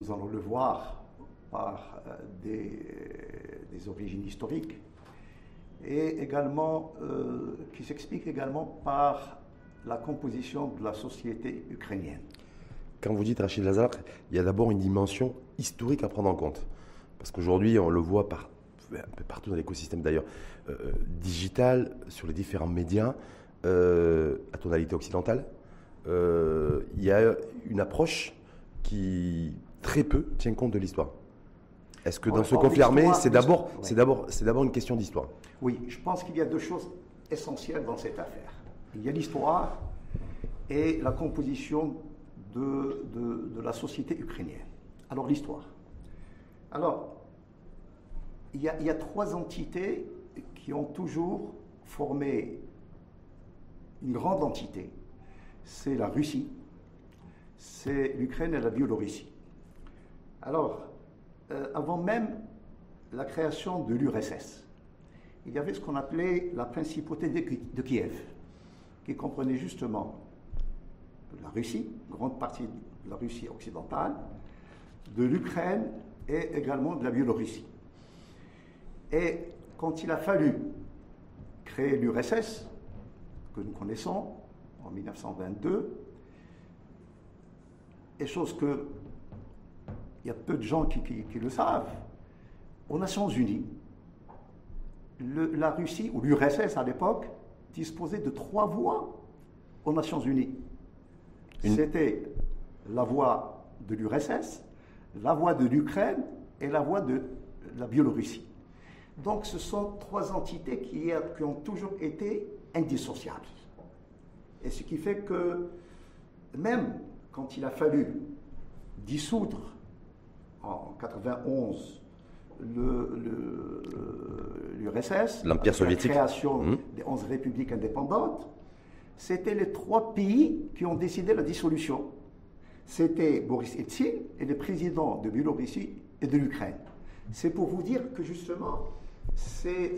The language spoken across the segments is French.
nous allons le voir par des origines historiques, et également qui s'explique également par la composition de la société ukrainienne. Quand vous dites Rachid Lazare, il y a d'abord une dimension historique à prendre en compte. Parce qu'aujourd'hui, on le voit un peu partout dans l'écosystème d'ailleurs, digital, sur les différents médias, à tonalité occidentale. Il y a une approche qui, très peu, tient compte de l'histoire. Est-ce que dans ce conflit armé, c'est d'abord une question d'histoire? Oui, je pense qu'il y a deux choses essentielles dans cette affaire. Il y a l'histoire et la composition de la société ukrainienne. Alors, l'histoire. Alors, il y a trois entités qui ont toujours formé une grande entité. C'est la Russie, c'est l'Ukraine et la Biélorussie. Alors, avant même la création de l'URSS, il y avait ce qu'on appelait la principauté de Kiev, qui comprenait justement la Russie, une grande partie de la Russie occidentale, de l'Ukraine et également de la Biélorussie. Et quand il a fallu créer l'URSS, que nous connaissons, en 1922, et chose que il y a peu de gens qui le savent, aux Nations Unies, la Russie, ou l'URSS à l'époque, disposait de 3 voix aux Nations Unies. C'était la voix de l'URSS, la voix de l'Ukraine et la voix de la Biélorussie. Donc ce sont 3 entités qui ont toujours été indissociables. Et ce qui fait que même quand il a fallu dissoudre en 1991 l'URSS, l'Empire soviétique, la création des 11 républiques indépendantes, c'était les 3 pays qui ont décidé la dissolution. C'était Boris Eltsine et les présidents de Biélorussie et de l'Ukraine. C'est pour vous dire que justement, ces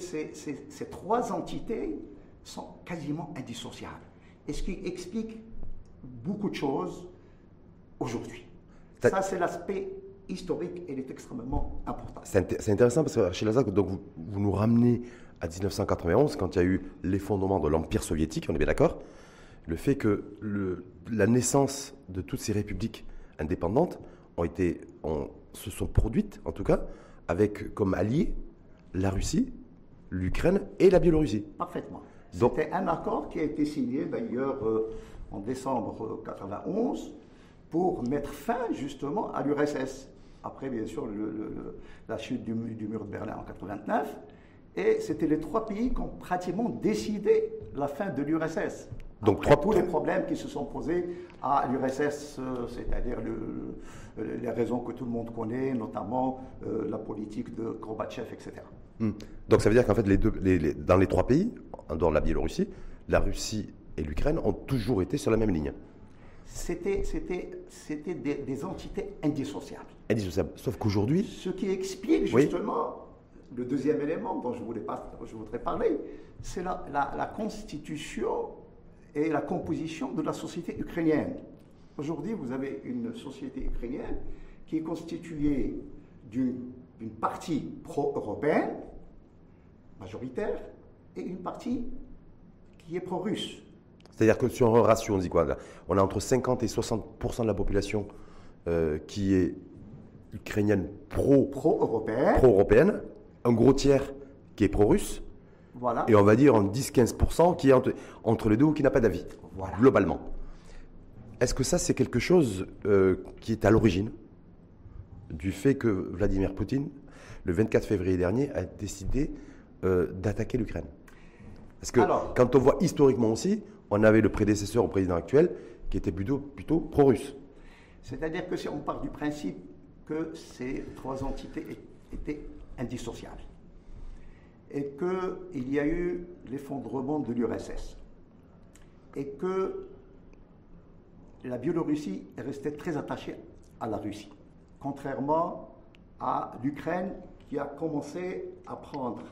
3 entités sont quasiment indissociables. Et ce qui explique beaucoup de choses aujourd'hui. Ça, c'est l'aspect historique et il est extrêmement important. C'est intéressant parce que chez Lazare, donc vous nous ramenez à 1991, quand il y a eu l'effondrement de l'Empire soviétique, on est bien d'accord. Le fait que la naissance de toutes ces républiques indépendantes se sont produites, en tout cas, avec comme alliés la Russie, l'Ukraine et la Biélorussie. Parfaitement. C'était un accord qui a été signé d'ailleurs en décembre 1991 pour mettre fin justement à l'URSS. Après, bien sûr, la chute du mur de Berlin en 1989. Et c'était les 3 pays qui ont pratiquement décidé la fin de l'URSS. Donc tous les problèmes qui se sont posés à l'URSS, c'est-à-dire les raisons que tout le monde connaît, notamment la politique de Gorbatchev, etc. Donc ça veut dire qu'en fait, dans les 3 pays, en dehors de la Biélorussie, la Russie et l'Ukraine ont toujours été sur la même ligne. C'était des entités indissociables. Indissociables. Sauf qu'aujourd'hui... Ce qui explique justement le deuxième élément dont je voudrais parler, c'est la constitution et la composition de la société ukrainienne. Aujourd'hui, vous avez une société ukrainienne qui est constituée d'une partie pro-européenne, majoritaire, et une partie qui est pro-russe. C'est-à-dire que sur un ratio, on dit quoi? On a entre 50 et 60% de la population qui est ukrainienne pro-européenne, un gros tiers qui est pro-russe, voilà. Et on va dire en 10-15% qui est entre les deux ou qui n'a pas d'avis, voilà. Globalement. Est-ce que ça, c'est quelque chose qui est à l'origine du fait que Vladimir Poutine, le 24 février dernier, a décidé d'attaquer l'Ukraine? Parce que quand on voit historiquement aussi, on avait le prédécesseur au président actuel qui était plutôt pro-russe. C'est-à-dire que si on part du principe que ces 3 entités étaient indissociables et qu'il y a eu l'effondrement de l'URSS et que la Biélorussie est restée très attachée à la Russie, contrairement à l'Ukraine qui a commencé à prendre,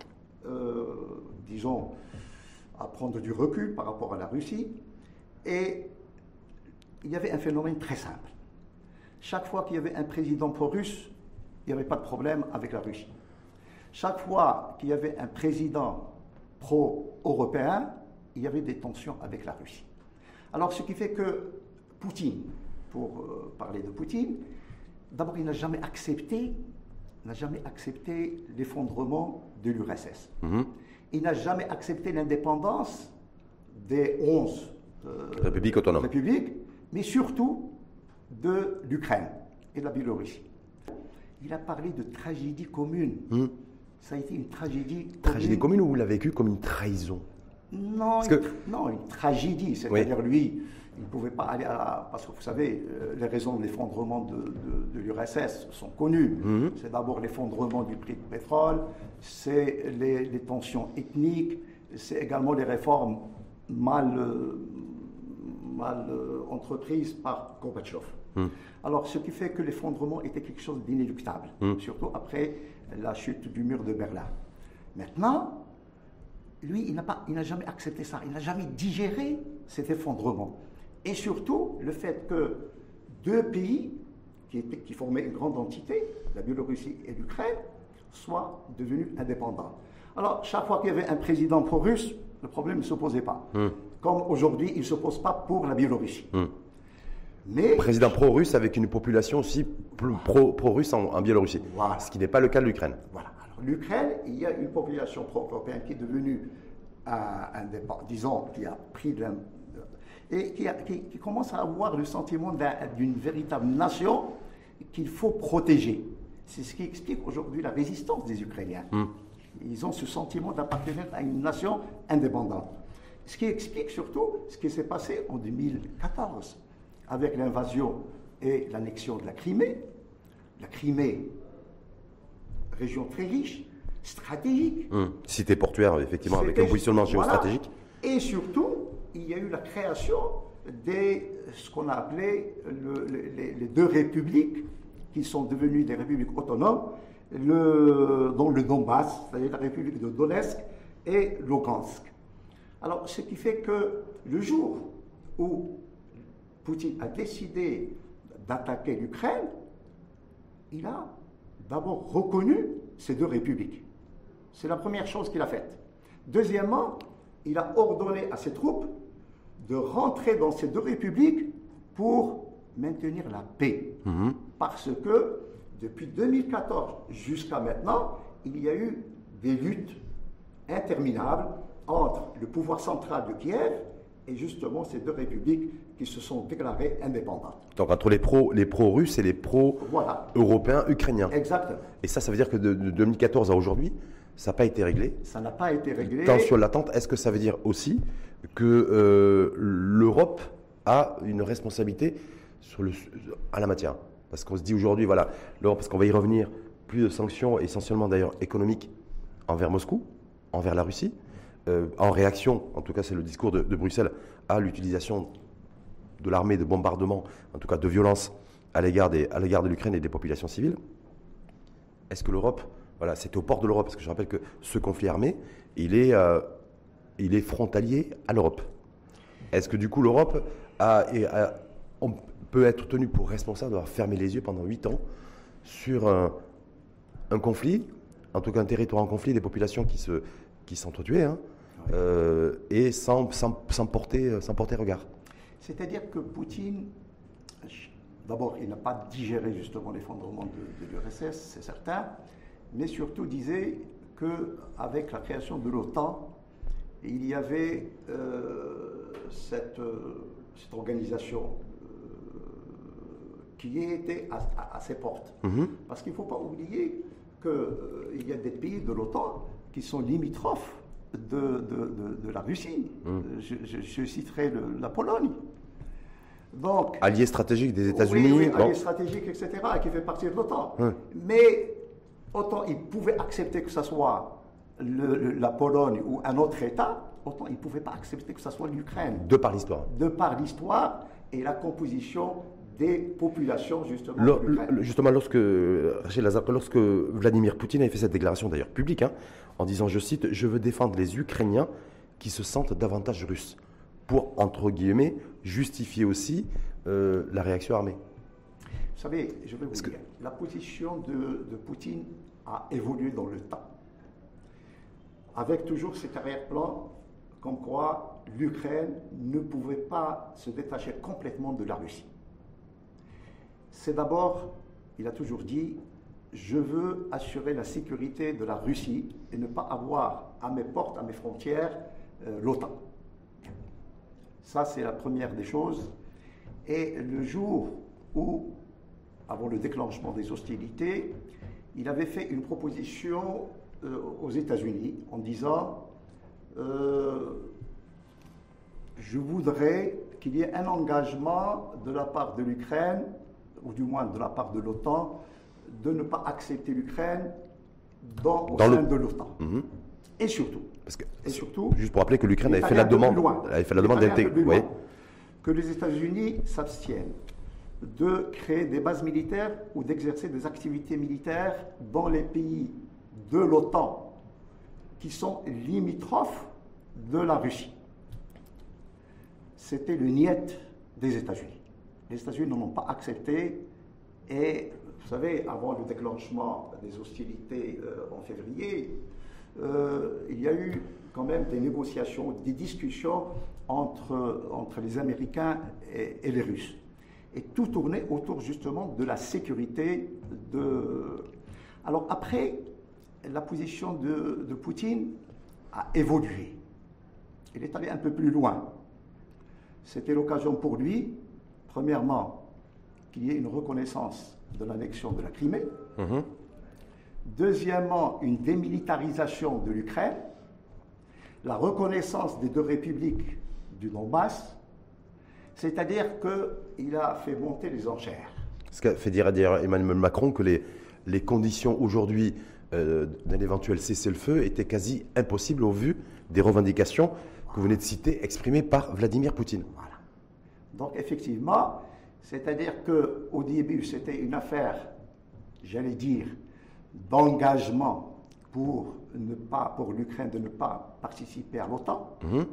à prendre du recul par rapport à la Russie. Et il y avait un phénomène très simple. Chaque fois qu'il y avait un président pro-russe, il n'y avait pas de problème avec la Russie. Chaque fois qu'il y avait un président pro-européen, il y avait des tensions avec la Russie. Alors, ce qui fait que Poutine, pour parler de Poutine, d'abord, il n'a jamais accepté l'effondrement de l'URSS. Il n'a jamais accepté l'indépendance des 11 républiques autonomes, mais surtout de l'Ukraine et de la Biélorussie. Il a parlé de tragédie commune. Ça a été une tragédie commune. Tragédie commune, ou vous l'avez vécu comme une trahison? Non, non, une tragédie. C'est-à-dire, lui, il ne pouvait pas aller à... Parce que vous savez, les raisons de l'effondrement de l'URSS sont connues. C'est d'abord l'effondrement du prix du pétrole, c'est les tensions ethniques, c'est également les réformes mal entreprises par Gorbatchev. Alors, ce qui fait que l'effondrement était quelque chose d'inéluctable, surtout après la chute du mur de Berlin. Maintenant, lui, il n'a jamais accepté ça, il n'a jamais digéré cet effondrement. Et surtout, le fait que deux pays qui formaient une grande entité, la Biélorussie et l'Ukraine, soient devenus indépendants. Alors, chaque fois qu'il y avait un président pro-russe, le problème ne se posait pas. Comme aujourd'hui, il ne se pose pas pour la Biélorussie. Mais, président pro-russe avec une population aussi pro-russe en Biélorussie, voilà. Ce qui n'est pas le cas de l'Ukraine. Voilà. Alors, l'Ukraine, il y a une population pro-européenne qui est devenue disons, qui a pris et qui commence à avoir le sentiment d'une véritable nation qu'il faut protéger. C'est ce qui explique aujourd'hui la résistance des Ukrainiens. Ils ont ce sentiment d'appartenir à une nation indépendante. Ce qui explique surtout ce qui s'est passé en 2014 avec l'invasion et l'annexion de la Crimée. La Crimée, région très riche, stratégique. Cité portuaire, effectivement, avec un positionnement géostratégique. Voilà. Et surtout, il y a eu la création de ce qu'on a appelé les deux républiques qui sont devenues des républiques autonomes, dont le Donbass, c'est-à-dire la république de Donetsk et Lugansk. Alors, ce qui fait que le jour où Poutine a décidé d'attaquer l'Ukraine, il a d'abord reconnu ces deux républiques. C'est la première chose qu'il a faite. Deuxièmement, il a ordonné à ses troupes de rentrer dans ces deux républiques pour maintenir la paix. Parce que depuis 2014 jusqu'à maintenant, il y a eu des luttes interminables entre le pouvoir central de Kiev et justement ces deux républiques qui se sont déclarées indépendantes. Donc entre les pro-russes et les pro-européens ukrainiens. Exactement. Et ça veut dire que de 2014 à aujourd'hui, ça n'a pas été réglé. Ça n'a pas été réglé. Tension latente, est-ce que ça veut dire aussi que l'Europe a une responsabilité à la matière? Parce qu'on se dit aujourd'hui, voilà, l'Europe, parce qu'on va y revenir, plus de sanctions, essentiellement d'ailleurs économiques, envers Moscou, envers la Russie, en réaction, en tout cas c'est le discours de Bruxelles, à l'utilisation de l'armée de bombardement, en tout cas de violence à l'égard de l'Ukraine et des populations civiles. Est-ce que l'Europe, voilà, c'est aux portes de l'Europe, parce que je rappelle que ce conflit armé, il est frontalier à l'Europe. Est-ce que du coup l'Europe on peut être tenu pour responsable d'avoir fermé les yeux pendant 8 ans sur un conflit, en tout cas un territoire en conflit, des populations qui s'entretuaient, et sans porter regard? C'est-à-dire que Poutine, d'abord, il n'a pas digéré justement l'effondrement de l'URSS, c'est certain, mais surtout disait qu'avec la création de l'OTAN, il y avait cette organisation qui était à ses portes. Parce qu'il ne faut pas oublier qu'il y a des pays de l'OTAN qui sont limitrophes de la Russie. Je citerai la Pologne. Donc, allié stratégique des États-Unis. Oui, allié stratégique, etc., qui fait partie de l'OTAN. Mais autant ils pouvaient accepter que ce soit la Pologne ou un autre État, autant ils ne pouvaient pas accepter que ce soit l'Ukraine. De par l'histoire. De par l'histoire et la composition des populations, justement. Justement, lorsque Vladimir Poutine avait fait cette déclaration, d'ailleurs publique, en disant, je cite, « Je veux défendre les Ukrainiens qui se sentent davantage russes », pour, entre guillemets, justifier aussi la réaction armée. Vous savez, je vais vous dire, la position de Poutine a évolué dans le temps, avec toujours cet arrière-plan comme quoi l'Ukraine ne pouvait pas se détacher complètement de la Russie. C'est d'abord, il a toujours dit, je veux assurer la sécurité de la Russie et ne pas avoir à mes portes, à mes frontières, l'OTAN. Ça, c'est la première des choses. Et le jour où, avant le déclenchement des hostilités, il avait fait une proposition aux États-Unis en disant je voudrais qu'il y ait un engagement de la part de l'Ukraine, ou du moins de la part de l'OTAN, de ne pas accepter l'Ukraine au sein de l'OTAN. Mmh. Et surtout, juste pour rappeler que l'Ukraine avait fait la demande d'intégrer. Que les États-Unis s'abstiennent de créer des bases militaires ou d'exercer des activités militaires dans les pays de l'OTAN qui sont limitrophes de la Russie. C'était le niet des États-Unis. Les États-Unis n'en ont pas accepté et, vous savez, avant le déclenchement des hostilités en février, il y a eu quand même des négociations, des discussions entre les Américains et les Russes. Et tout tournait autour justement de la sécurité de... Alors après, la position de Poutine a évolué. Il est allé un peu plus loin. C'était l'occasion pour lui, premièrement, qu'il y ait une reconnaissance de l'annexion de la Crimée. Mmh. Deuxièmement, une démilitarisation de l'Ukraine, la reconnaissance des deux républiques du Donbass, c'est-à-dire qu'il a fait monter les enchères. Ce qu'a fait dire Emmanuel Macron que les conditions aujourd'hui d'un éventuel cessez-le-feu étaient quasi impossibles au vu des revendications que vous venez de citer exprimées par Vladimir Poutine. Voilà. Donc effectivement, c'est-à-dire qu'au début, c'était une affaire, j'allais dire, d'engagement pour l'Ukraine de ne pas participer à l'OTAN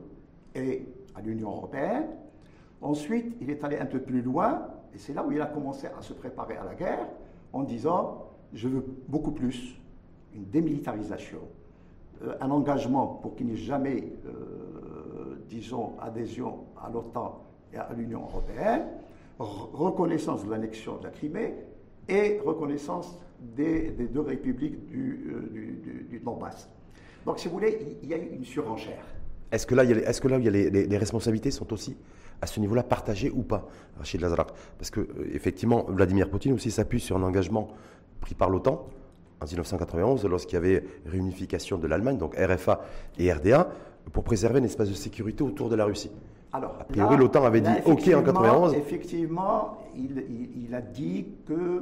et à l'Union européenne. Ensuite, il est allé un peu plus loin, et c'est là où il a commencé à se préparer à la guerre, en disant « je veux beaucoup plus, une démilitarisation, un engagement pour qu'il n'y ait jamais, disons, adhésion à l'OTAN et à l'Union européenne, reconnaissance de l'annexion de la Crimée et reconnaissance des deux républiques du Donbass. » Donc, si vous voulez, il y a eu une surenchère. Est-ce que là, les responsabilités sont aussi à ce niveau-là partagées ou pas, Rachid Lazaraq? Parce que effectivement, Vladimir Poutine aussi s'appuie sur un engagement pris par l'OTAN en 1991, lorsqu'il y avait réunification de l'Allemagne, donc RFA et RDA, pour préserver un espace de sécurité autour de la Russie. Alors, a priori, l'OTAN avait dit OK en 1991. Effectivement, il a dit que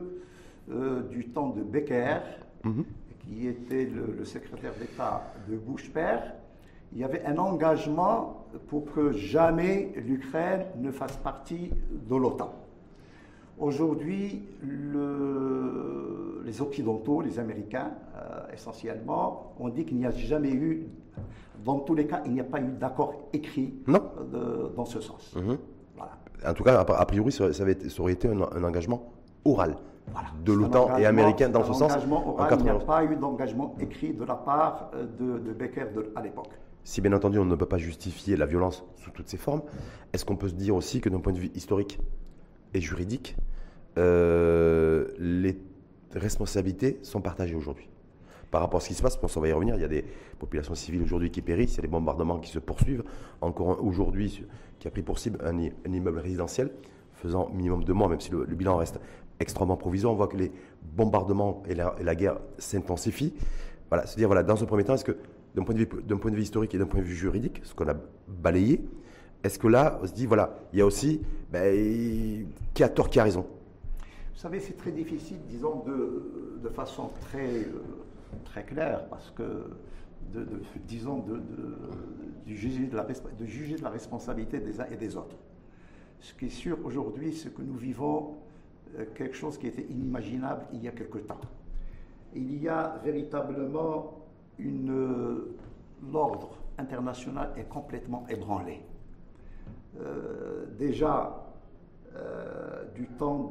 du temps de Becker, qui était le secrétaire d'État de Bush père, il y avait un engagement pour que jamais l'Ukraine ne fasse partie de l'OTAN. Aujourd'hui, les Occidentaux, les Américains essentiellement, ont dit qu'il n'y a jamais eu, dans tous les cas, il n'y a pas eu d'accord écrit dans ce sens. Voilà. En tout cas, a priori, ça aurait été un engagement oral de l'OTAN et américain dans ce sens. Oral, il n'y a pas eu d'engagement écrit de la part de Becker à l'époque. Si bien entendu on ne peut pas justifier la violence sous toutes ses formes, est-ce qu'on peut se dire aussi que d'un point de vue historique et juridique, les responsabilités sont partagées aujourd'hui par rapport à ce qui se passe? Je pense qu'on va y revenir. Il y a des populations civiles aujourd'hui qui périssent, il y a des bombardements qui se poursuivent. Encore aujourd'hui, qui a pris pour cible un immeuble résidentiel, faisant minimum 2 mois, même si le bilan reste extrêmement provisoire. On voit que les bombardements et la guerre s'intensifient. Voilà, c'est-à-dire, voilà, dans un premier temps, est-ce que d'un point de vue historique et d'un point de vue juridique, ce qu'on a balayé, est-ce que là, on se dit, voilà, il y a aussi qui a tort, qui a raison? Vous savez, c'est très difficile, disons, de façon très claire, parce que, disons, de juger de la responsabilité des uns et des autres. Ce qui est sûr aujourd'hui, c'est que nous vivons quelque chose qui était inimaginable il y a quelque temps. Il y a véritablement l'ordre international est complètement ébranlé. Déjà, du temps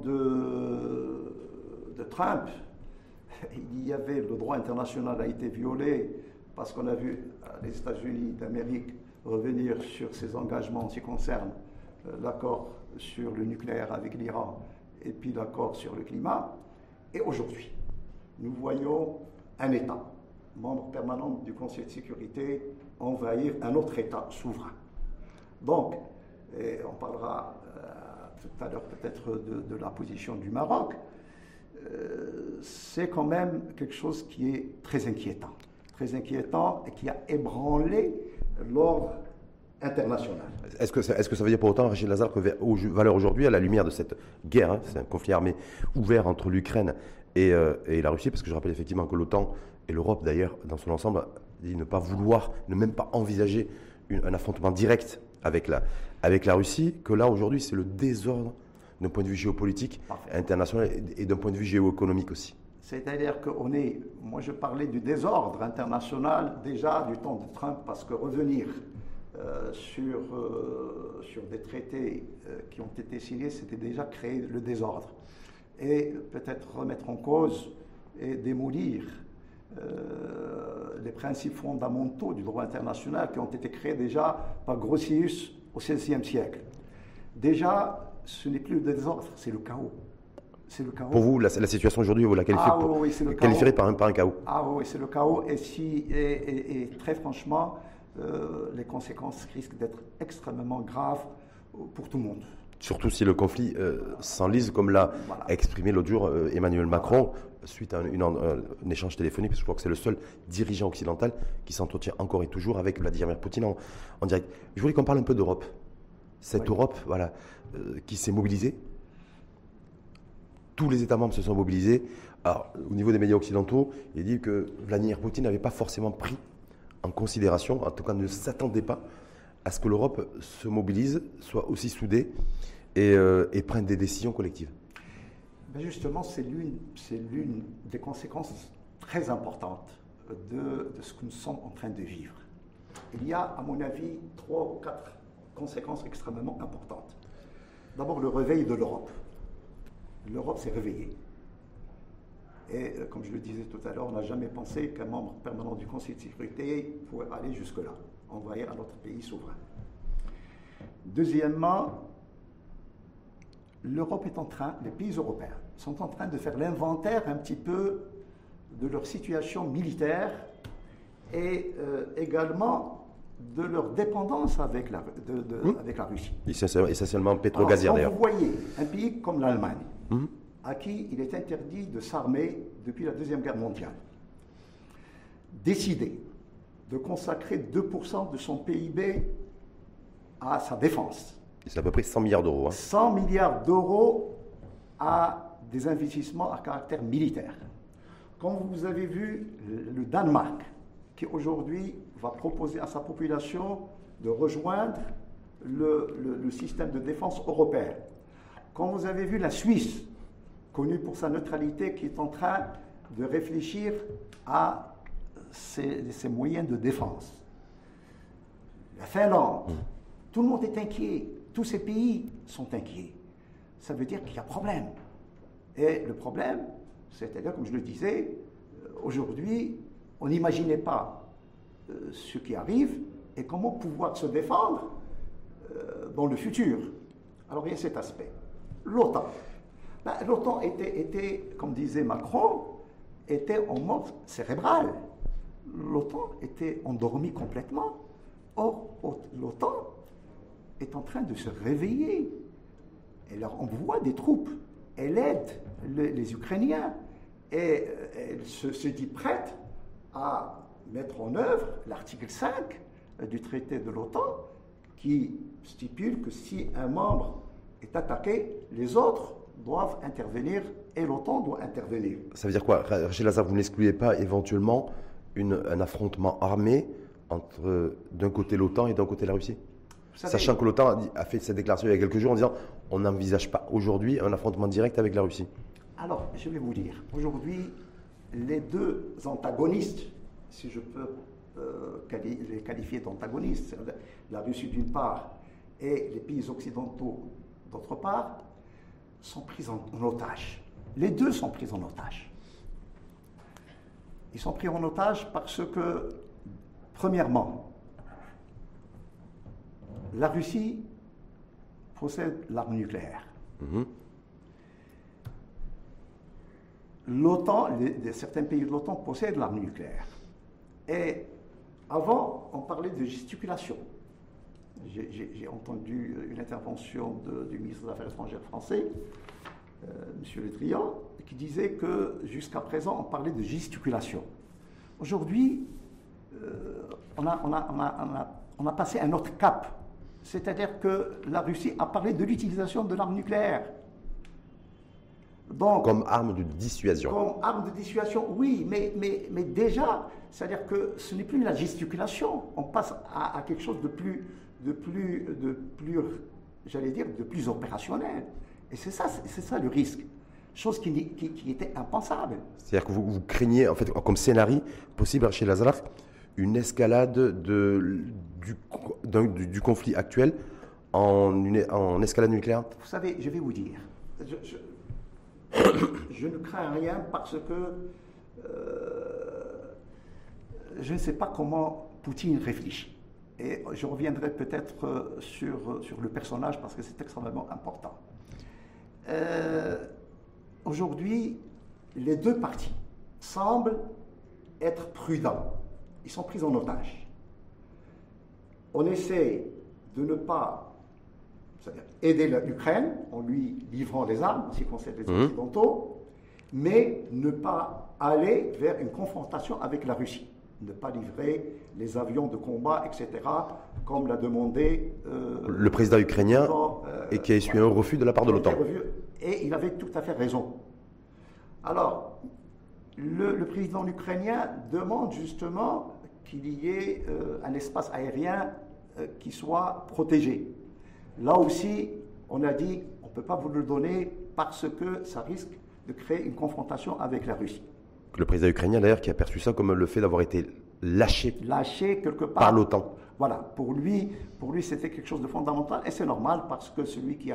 de Trump, il y avait le droit international a été violé parce qu'on a vu les États-Unis d'Amérique revenir sur ses engagements en ce qui concerne l'accord sur le nucléaire avec l'Iran et puis l'accord sur le climat. Et aujourd'hui, nous voyons un État, membre permanent du Conseil de sécurité, envahir un autre État souverain. Donc, on parlera tout à l'heure peut-être de la position du Maroc, c'est quand même quelque chose qui est très inquiétant et qui a ébranlé l'ordre international. Est-ce que ça veut dire pour autant, Rachid Lazare, que valeur aujourd'hui, à la lumière de cette guerre, c'est un conflit armé ouvert entre l'Ukraine et la Russie, parce que je rappelle effectivement que l'OTAN et l'Europe d'ailleurs dans son ensemble dit ne pas vouloir, ne même pas envisager un affrontement direct avec la Russie, que là aujourd'hui c'est le désordre d'un point de vue géopolitique international et d'un point de vue géoéconomique aussi. C'est-à-dire moi je parlais du désordre international déjà du temps de Trump, parce que revenir sur des traités qui ont été signés, c'était déjà créer le désordre. Et peut-être remettre en cause et démolir les principes fondamentaux du droit international qui ont été créés déjà par Grotius au XVIe siècle. Déjà, ce n'est plus le désordre, c'est le chaos. C'est le chaos. Pour vous, la situation aujourd'hui, vous la qualifierez par un chaos. Ah oui, c'est le chaos. Et très franchement, les conséquences risquent d'être extrêmement graves pour tout le monde. Surtout si le conflit s'enlise, comme l'a exprimé l'autre jour Emmanuel Macron, suite à un échange téléphonique, parce que je crois que c'est le seul dirigeant occidental qui s'entretient encore et toujours avec Vladimir Poutine en direct. Je voulais qu'on parle un peu d'Europe. Cette Europe qui s'est mobilisée. Tous les États membres se sont mobilisés. Alors, au niveau des médias occidentaux, il dit que Vladimir Poutine n'avait pas forcément pris en considération, en tout cas ne s'attendait pas à ce que l'Europe se mobilise, soit aussi soudée et prenne des décisions collectives. Ben justement, c'est l'une des conséquences très importantes de ce que nous sommes en train de vivre. Il y a, à mon avis, 3 ou 4 conséquences extrêmement importantes. D'abord, le réveil de l'Europe. L'Europe s'est réveillée. Et comme je le disais tout à l'heure, on n'a jamais pensé qu'un membre permanent du Conseil de sécurité pouvait aller jusque-là, envahir un autre pays souverain. Deuxièmement, les pays européens sont en train de faire l'inventaire un petit peu de leur situation militaire et également de leur dépendance avec la Russie. Essentiellement pétro-gazière d'ailleurs. Vous voyez un pays comme l'Allemagne, à qui il est interdit de s'armer depuis la Deuxième Guerre mondiale, décider de consacrer 2% de son PIB à sa défense. C'est à peu près 100 milliards d'euros. 100 milliards d'euros à des investissements à caractère militaire. Quand vous avez vu le Danemark, qui aujourd'hui va proposer à sa population de rejoindre le système de défense européen. Quand vous avez vu la Suisse, connue pour sa neutralité, qui est en train de réfléchir à ses moyens de défense. La Finlande, tout le monde est inquiet, tous ces pays sont inquiets. Ça veut dire qu'il y a problème. Et le problème, c'est-à-dire, comme je le disais, aujourd'hui, on n'imaginait pas ce qui arrive et comment pouvoir se défendre dans le futur. Alors il y a cet aspect. L'OTAN. L'OTAN était, comme disait Macron, était en mode cérébral. L'OTAN était endormie complètement. Or, l'OTAN est en train de se réveiller. Elle leur envoie des troupes. Elle aide les Ukrainiens. Et elle se dit prête à mettre en œuvre l'article 5 du traité de l'OTAN qui stipule que si un membre est attaqué, les autres doivent intervenir et l'OTAN doit intervenir. Ça veut dire quoi, Rachid Lazare, vous n'excluez pas éventuellement un affrontement armé entre d'un côté l'OTAN et d'un côté la Russie? Sachant que l'OTAN a fait cette déclaration il y a quelques jours en disant on n'envisage pas aujourd'hui un affrontement direct avec la Russie. Alors, je vais vous dire, aujourd'hui, les deux antagonistes, si je peux les qualifier d'antagonistes, la Russie d'une part et les pays occidentaux d'autre part, sont pris en otage. Les deux sont pris en otage. Ils sont pris en otage parce que, premièrement, la Russie possède l'arme nucléaire. L'OTAN, certains pays de l'OTAN possèdent l'arme nucléaire. Et avant, on parlait de gesticulation. J'ai entendu une intervention du ministre des Affaires étrangères français, M. Le Drian, qui disait que jusqu'à présent, on parlait de gesticulation. Aujourd'hui, on a passé un autre cap. C'est-à-dire que la Russie a parlé de l'utilisation de l'arme nucléaire. Donc, comme arme de dissuasion. Comme arme de dissuasion, oui, mais déjà, c'est-à-dire que ce n'est plus la gesticulation. On passe à quelque chose de plus j'allais dire, de plus opérationnel. Et c'est ça le risque. Chose qui était impensable. C'est-à-dire que vous craignez, en fait, comme scénario possible chez Lazarov, une escalade du conflit actuel en escalade nucléaire? Vous savez, je vais vous dire, je ne crains rien parce que je ne sais pas comment Poutine réfléchit. Et je reviendrai peut-être sur le personnage parce que c'est extrêmement important. Aujourd'hui, les deux parties semblent être prudents. Ils sont pris en otage. On essaie de ne pas, c'est-à-dire aider l'Ukraine en lui livrant les armes, en ce qui concerne les Occidentaux, mais ne pas aller vers une confrontation avec la Russie. Ne pas livrer les avions de combat, etc., comme l'a demandé le président ukrainien, et qui a essuyé un refus de la part de l'OTAN. Et il avait tout à fait raison. Alors, le président ukrainien demande justement qu'il y ait un espace aérien qui soit protégé. Là aussi, on a dit, on ne peut pas vous le donner parce que ça risque de créer une confrontation avec la Russie. Le président ukrainien, d'ailleurs, qui a perçu ça comme le fait d'avoir été lâché quelque part par l'OTAN. Voilà, pour lui c'était quelque chose de fondamental et c'est normal parce que celui qui a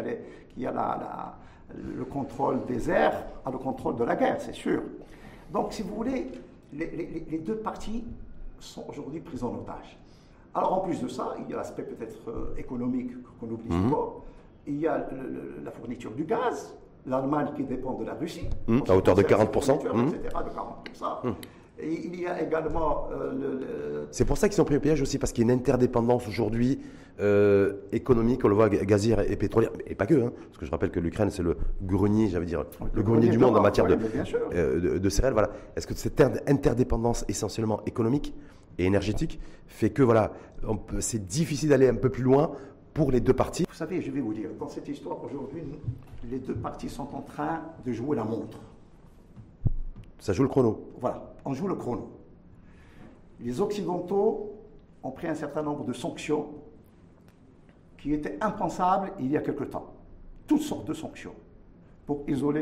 le contrôle des airs a le contrôle de la guerre, c'est sûr. Donc, si vous voulez, les deux parties sont aujourd'hui prises en otage. Alors, en plus de ça, il y a l'aspect peut-être économique qu'on oublie souvent. Il y a la fourniture du gaz. L'Allemagne qui dépend de la Russie. À hauteur de 40%. Etc., de 40%. Et il y a également C'est pour ça qu'ils sont pris au piège aussi, parce qu'il y a une interdépendance aujourd'hui économique, on le voit, gazière et pétrolière, et pas que, parce que je rappelle que l'Ukraine, c'est le grenier, j'allais dire, le grenier du monde en matière de céréales. Voilà. Est-ce que cette interdépendance essentiellement économique et énergétique fait que voilà, c'est difficile d'aller un peu plus loin pour les deux parties? Vous savez, je vais vous dire, dans cette histoire aujourd'hui, les deux parties sont en train de jouer la montre. Ça joue le chrono. Voilà, on joue le chrono. Les Occidentaux ont pris un certain nombre de sanctions qui étaient impensables il y a quelque temps. Toutes sortes de sanctions pour isoler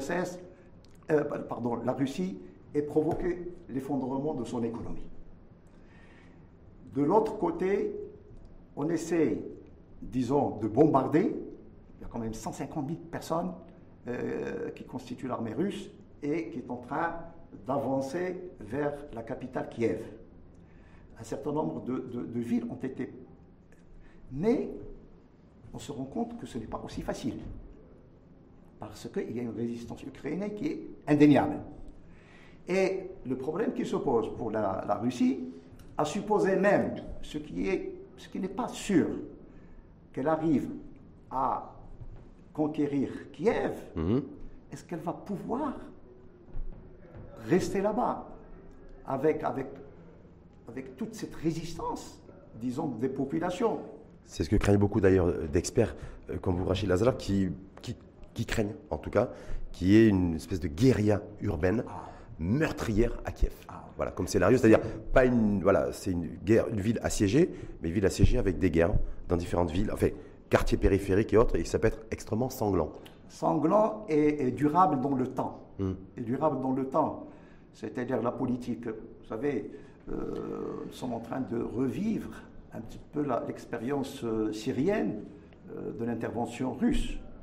la Russie et provoquer l'effondrement de son économie. De l'autre côté, on essaie, disons, de bombarder. Il y a quand même 150 000 personnes qui constituent l'armée russe et qui est en train d'avancer vers la capitale Kiev. Un certain nombre de villes ont été... Mais on se rend compte que ce n'est pas aussi facile. Parce qu'il y a une résistance ukrainienne qui est indéniable. Et le problème qui se pose pour la Russie, à supposer même, ce qui n'est pas sûr, qu'elle arrive à conquérir Kiev, est-ce qu'elle va pouvoir rester là-bas avec toute cette résistance, disons, des populations? C'est ce que craignent beaucoup d'ailleurs d'experts comme vous, Rachid Lazarov, qui craignent en tout cas qu'il y ait une espèce de guérilla urbaine meurtrière à Kiev. Voilà, comme scénario, c'est-à-dire pas c'est une ville assiégée, mais une ville assiégée avec des guerres dans différentes villes, enfin quartiers périphériques et autres, et ça peut être extrêmement sanglant. Sanglant et durable dans le temps. Et durable dans le temps, c'est-à-dire la politique. Vous savez, nous sommes en train de revivre un petit peu l'expérience syrienne de l'intervention russe.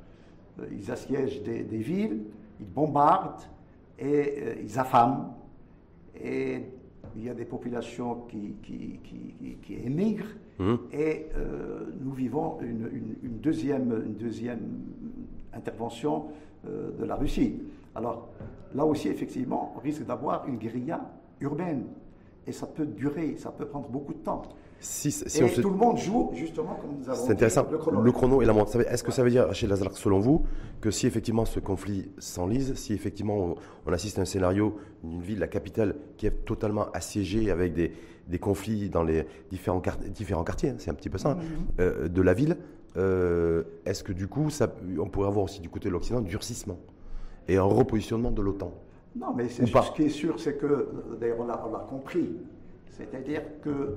ils assiègent des villes, ils bombardent et ils affament. Et il y a des populations qui émigrent. Et nous vivons une deuxième intervention de la Russie. Alors là aussi, effectivement, on risque d'avoir une guérilla urbaine. Et ça peut durer, ça peut prendre beaucoup de temps. Tout le monde joue, justement, comme nous avons dit, c'est intéressant, le chrono et la montre. Est-ce que ça veut dire, Rachid Lazark, selon vous, que si effectivement ce conflit s'enlise, si effectivement on assiste à un scénario d'une ville, la capitale, qui est totalement assiégée avec des conflits dans les différents quartiers, hein, c'est un petit peu ça, de la ville, est-ce que du coup, on pourrait avoir aussi du côté de l'Occident un durcissement et un repositionnement de l'Otan? Non, mais ce qui est sûr, c'est que, d'ailleurs on l'a compris, c'est-à-dire que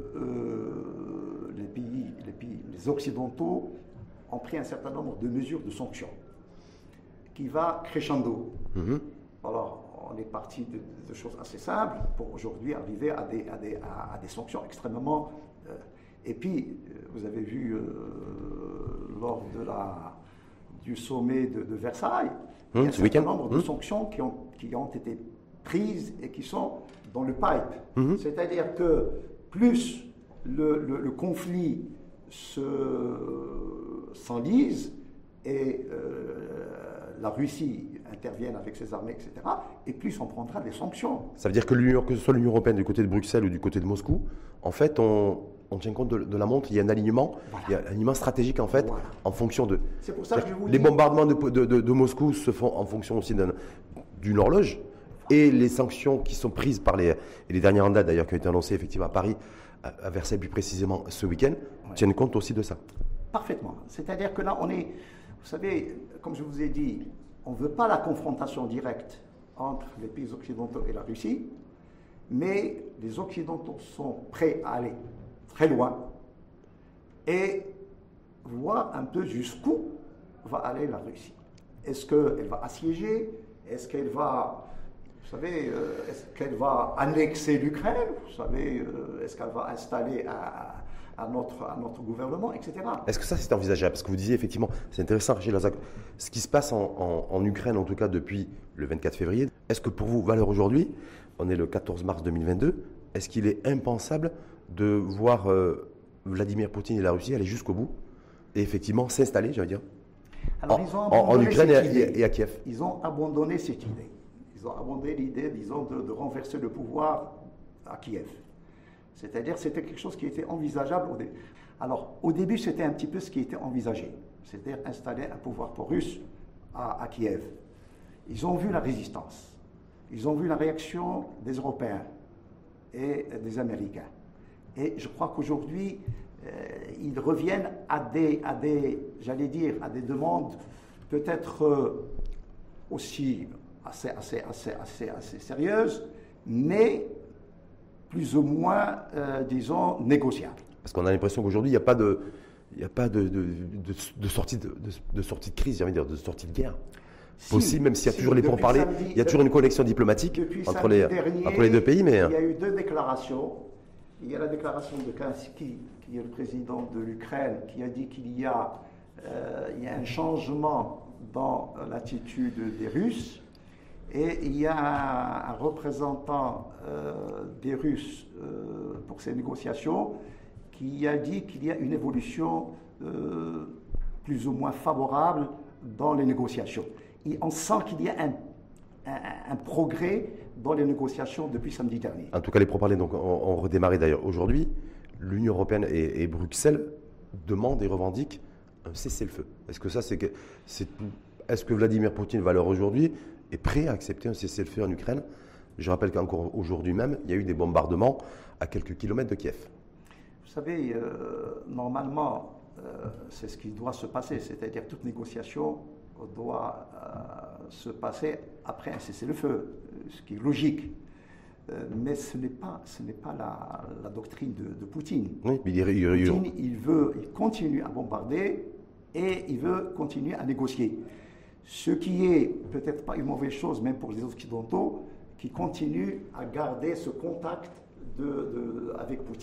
les Occidentaux ont pris un certain nombre de mesures de sanctions qui va crescendo. Alors, on est parti de choses assez simples pour aujourd'hui arriver à des sanctions extrêmement... et puis, vous avez vu lors du sommet de Versailles, il y a un certain nombre de sanctions qui ont été prises et qui sont dans le pipe. C'est-à-dire que plus le conflit s'enlise et la Russie intervienne avec ses armées, etc., et plus on prendra des sanctions. Ça veut dire que ce soit l'Union européenne du côté de Bruxelles ou du côté de Moscou, en fait, on tient compte de la montre, il y a un alignement, il y a un alignement stratégique en fait, en fonction de... C'est pour ça que je vous dis... Les bombardements de Moscou se font en fonction aussi d'une horloge, et les sanctions qui sont prises par les dernières en date d'ailleurs, qui ont été annoncées effectivement à Paris, à Versailles plus précisément ce week-end, tiennent compte aussi de ça. Parfaitement. C'est-à-dire que là, on est... Vous savez, comme je vous ai dit, on ne veut pas la confrontation directe entre les pays occidentaux et la Russie, mais les Occidentaux sont prêts à aller très loin et voir un peu jusqu'où va aller la Russie. Est-ce qu'elle va assiéger? Est-ce qu'elle va, vous savez, est-ce qu'elle va annexer l'Ukraine? Vous savez, est-ce qu'elle va installer à notre gouvernement, etc. Est-ce que ça c'est envisageable? Parce que vous disiez effectivement, c'est intéressant, Rachid Lazark, ce qui se passe en Ukraine, en tout cas depuis le 24 février, est-ce que pour vous, valeur aujourd'hui, on est le 14 mars 2022, est-ce qu'il est impensable de voir Vladimir Poutine et la Russie aller jusqu'au bout et effectivement s'installer, j'allais dire, en Ukraine et à Kiev? Ils ont abandonné cette idée. Ils ont abandonné l'idée, disons, de renverser le pouvoir à Kiev. C'est-à-dire c'était quelque chose qui était envisageable au début. Alors, au début, c'était un petit peu ce qui était envisagé. C'est-à-dire installer un pouvoir pro-russe à Kiev. Ils ont vu la résistance. Ils ont vu la réaction des Européens et des Américains. Et je crois qu'aujourd'hui, ils reviennent à des demandes peut-être aussi assez sérieuses, mais plus ou moins, disons, négociables. Parce qu'on a l'impression qu'aujourd'hui, il n'y a pas de sortie de crise, j'ai envie de dire, de sortie de guerre. Possible, même s'il y a toujours les pourparlers, il y a toujours une connexion diplomatique entre les deux pays. Mais... Il y a eu deux déclarations. Il y a la déclaration de Kaczynski, qui est le président de l'Ukraine, qui a dit qu'il y a un changement dans l'attitude des Russes. Et il y a un représentant des Russes pour ces négociations qui a dit qu'il y a une évolution plus ou moins favorable dans les négociations. Et on sent qu'il y a un progrès dans les négociations depuis samedi dernier. En tout cas, les pourparlers ont redémarré d'ailleurs aujourd'hui. L'Union européenne et Bruxelles demandent et revendiquent un cessez-le-feu. Est-ce que Vladimir Poutine, valeur aujourd'hui, est prêt à accepter un cessez-le-feu en Ukraine? Je rappelle qu'encore aujourd'hui même, il y a eu des bombardements à quelques kilomètres de Kiev. Vous savez, normalement, c'est ce qui doit se passer, c'est-à-dire toute négociation doit se passer après un cessez-le-feu, ce qui est logique. Mais ce n'est pas la doctrine de Poutine. Oui, Poutine, il continue à bombarder et il veut continuer à négocier. Ce qui est peut-être pas une mauvaise chose, même pour les Occidentaux, qui continuent à garder ce contact avec Poutine.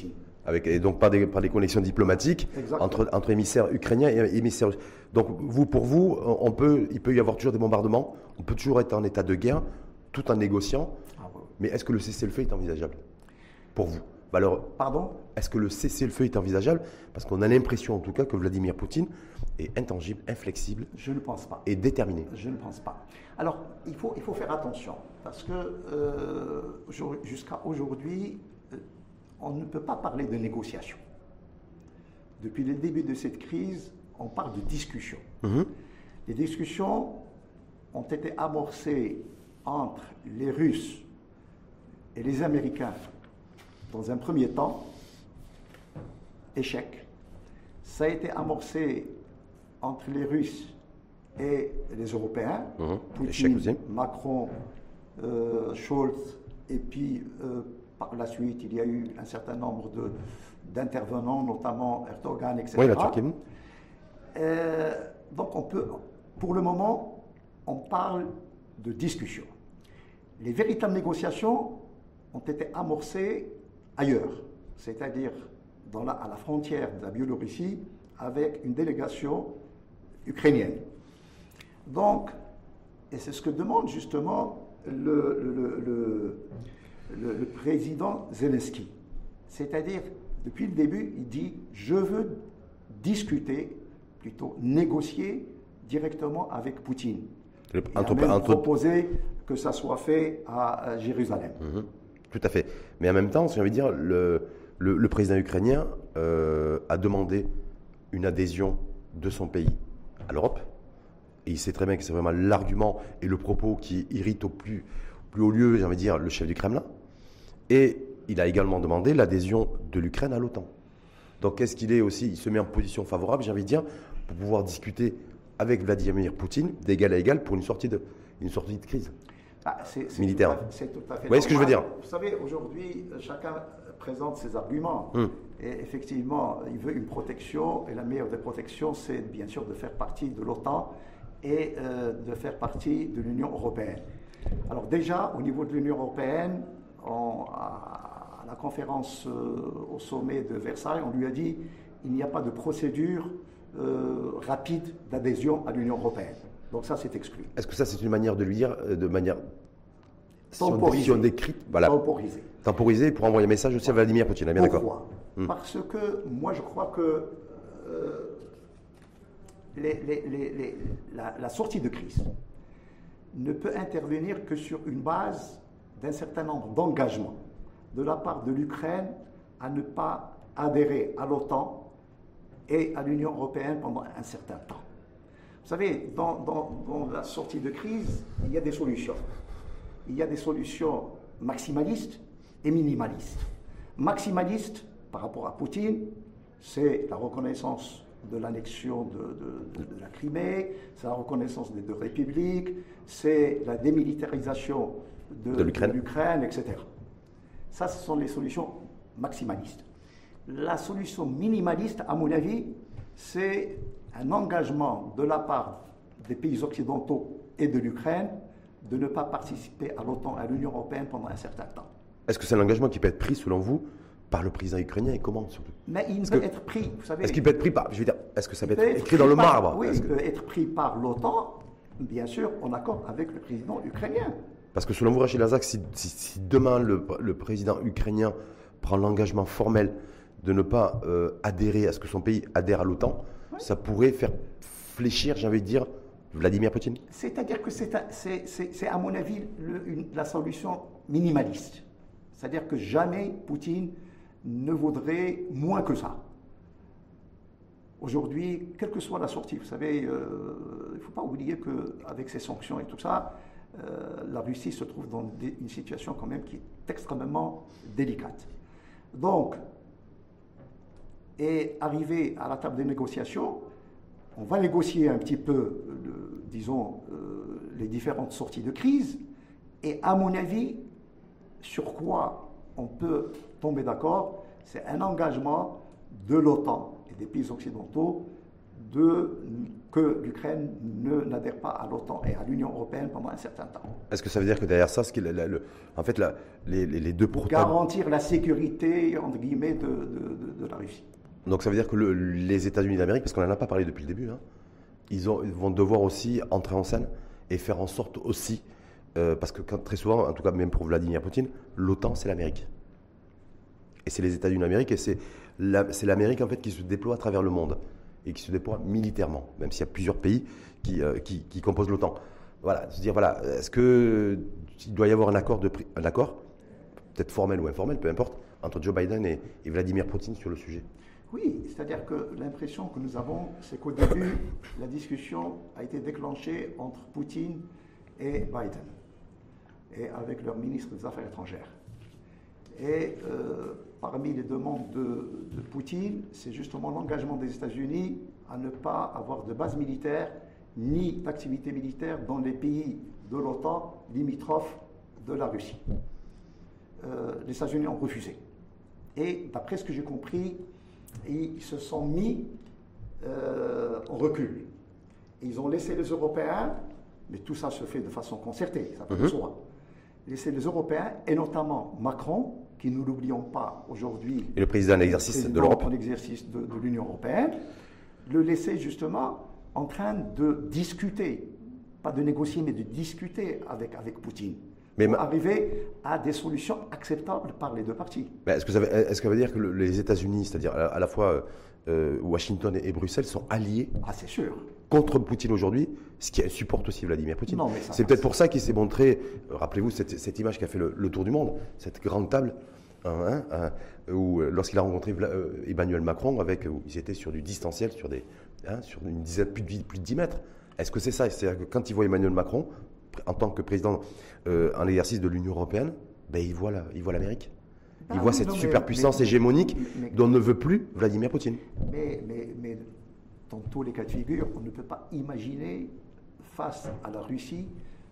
Et donc par des connexions diplomatiques entre émissaires ukrainiens et émissaires russes. Donc pour vous, il peut y avoir toujours des bombardements, on peut toujours être en état de guerre, tout en négociant. Mais est-ce que le cessez-le-feu est envisageable pour vous? Alors, pardon? Est-ce que le cessez-le-feu est envisageable? Parce qu'on a l'impression en tout cas que Vladimir Poutine est intangible, inflexible. Je ne pense pas. Et déterminé. Je ne pense pas. Alors, il faut faire attention, parce que jusqu'à aujourd'hui, on ne peut pas parler de négociation. Depuis le début de cette crise, on parle de discussion. Les discussions ont été amorcées entre les Russes et les Américains dans un premier temps. Échec. Ça a été amorcé entre les Russes et les Européens, Poutine, Macron, Scholz, et puis par la suite, il y a eu un certain nombre d'intervenants, notamment Erdogan, etc. Oui, la Turquie. Donc pour le moment, on parle de discussion. Les véritables négociations ont été amorcées ailleurs, c'est-à-dire à la frontière de la Biélorussie avec une délégation ukrainienne. Donc, et c'est ce que demande justement le président Zelensky. C'est-à-dire, depuis le début, il dit « je veux discuter, plutôt négocier directement avec Poutine ». Il a même proposé que ça soit fait à Jérusalem. Tout à fait. Mais en même temps, j'ai envie de dire, le président ukrainien a demandé une adhésion de son pays à l'Europe. Et il sait très bien que c'est vraiment l'argument et le propos qui irrite au plus haut lieu, j'ai envie de dire, le chef du Kremlin. Et il a également demandé l'adhésion de l'Ukraine à l'OTAN. Donc est-ce qu'il est aussi, il se met en position favorable, j'ai envie de dire, pour pouvoir discuter avec Vladimir Poutine d'égal à égal pour une sortie de crise militaire. C'est tout à fait. Vous voyez ce que je veux dire? Vous savez, aujourd'hui, chacun présente ses arguments. Et effectivement, il veut une protection, et la meilleure des protections, c'est bien sûr de faire partie de l'OTAN et de faire partie de l'Union européenne. Alors déjà, au niveau de l'Union européenne, à la conférence au sommet de Versailles, on lui a dit il n'y a pas de procédure rapide d'adhésion à l'Union européenne. Donc ça, c'est exclu. Est-ce que ça, c'est une manière de lui dire, de manière temporisée pour envoyer un message aussi à Vladimir Poutine, bien d'accord? Parce que moi, je crois que la sortie de crise ne peut intervenir que sur une base d'un certain nombre d'engagements de la part de l'Ukraine à ne pas adhérer à l'OTAN et à l'Union européenne pendant un certain temps. Vous savez, dans la sortie de crise, il y a des solutions. Il y a des solutions maximalistes et minimalistes. Maximalistes, par rapport à Poutine, c'est la reconnaissance de l'annexion de la Crimée, c'est la reconnaissance des deux républiques, c'est la démilitarisation de l'Ukraine, etc. Ça, ce sont les solutions maximalistes. La solution minimaliste, à mon avis, c'est un engagement de la part des pays occidentaux et de l'Ukraine de ne pas participer à l'OTAN et à l'Union européenne pendant un certain temps. Est-ce que c'est un engagement qui peut être pris, selon vous, par le président ukrainien et comment surtout? Mais il peut être pris, vous savez. Est-ce qu'il peut être pris par, je veux dire, est-ce que ça peut être écrit dans le marbre? Oui, il peut être pris par l'OTAN, bien sûr, en accord avec le président ukrainien. Parce que selon vous, Rachid Lazak, si demain le président ukrainien prend l'engagement formel de ne pas adhérer à ce que son pays adhère à l'OTAN, ça pourrait faire fléchir, j'ai envie de dire, Vladimir Poutine? C'est-à-dire que c'est à mon avis la solution minimaliste. C'est-à-dire que jamais Poutine ne vaudrait moins que ça. Aujourd'hui, quelle que soit la sortie, vous savez, il ne faut pas oublier qu'avec ces sanctions et tout ça, la Russie se trouve dans une situation quand même qui est extrêmement délicate. Donc, et arrivé à la table des négociations, on va négocier un petit peu, disons, les différentes sorties de crise, et à mon avis, sur quoi on peut tomber d'accord, c'est un engagement de l'OTAN et des pays occidentaux que l'Ukraine n'adhère pas à l'OTAN et à l'Union européenne pendant un certain temps. Est-ce que ça veut dire que derrière ça, en fait, les deux pour garantir la sécurité, entre guillemets, de la Russie. Donc ça veut dire que les États-Unis d'Amérique, parce qu'on n'en a pas parlé depuis le début, hein, ils vont devoir aussi entrer en scène et faire en sorte aussi, parce que très souvent, en tout cas même pour Vladimir Poutine, l'OTAN c'est l'Amérique. Et c'est les États-Unis d'Amérique et c'est l'Amérique en fait qui se déploie à travers le monde et qui se déploie militairement, même s'il y a plusieurs pays qui composent l'OTAN. Voilà, se dire voilà, est-ce qu'il doit y avoir un accord, peut-être formel ou informel, peu importe, entre Joe Biden et Vladimir Poutine sur le sujet? Oui, c'est-à-dire que l'impression que nous avons, c'est qu'au début, la discussion a été déclenchée entre Poutine et Biden, et avec leur ministre des Affaires étrangères. Et parmi les demandes de Poutine, c'est justement l'engagement des États-Unis à ne pas avoir de base militaire ni d'activité militaire dans les pays de l'OTAN limitrophes de la Russie. Les États-Unis ont refusé. Et d'après ce que j'ai compris, ils se sont mis en recul. Ils ont laissé les Européens, mais tout ça se fait de façon concertée, ça peut de soi. Laisser les Européens, et notamment Macron, qui, nous l'oublions pas aujourd'hui, et le président en exercice de l'Europe, en exercice de l'Union européenne, le laisser justement en train de discuter, pas de négocier, mais de discuter avec Poutine. Pour arriver à des solutions acceptables par les deux parties. Est-ce que ça veut dire que les États-Unis, c'est-à-dire à la fois Washington et Bruxelles, sont alliés c'est sûr. contre Poutine aujourd'hui, ce qui supporte aussi Vladimir Poutine? C'est peut-être pour ça qu'il s'est montré, rappelez-vous cette image qui a fait le tour du monde, cette grande table, où lorsqu'il a rencontré Emmanuel Macron, où ils étaient sur du distanciel, sur une dizaine, plus de 10 mètres. Est-ce que c'est ça? C'est-à-dire que quand il voit Emmanuel Macron, en tant que président en exercice de l'Union européenne, il voit l'Amérique. Il voit cette superpuissance hégémonique dont ne veut plus Vladimir Poutine. Mais dans tous les cas de figure, on ne peut pas imaginer, face à la Russie,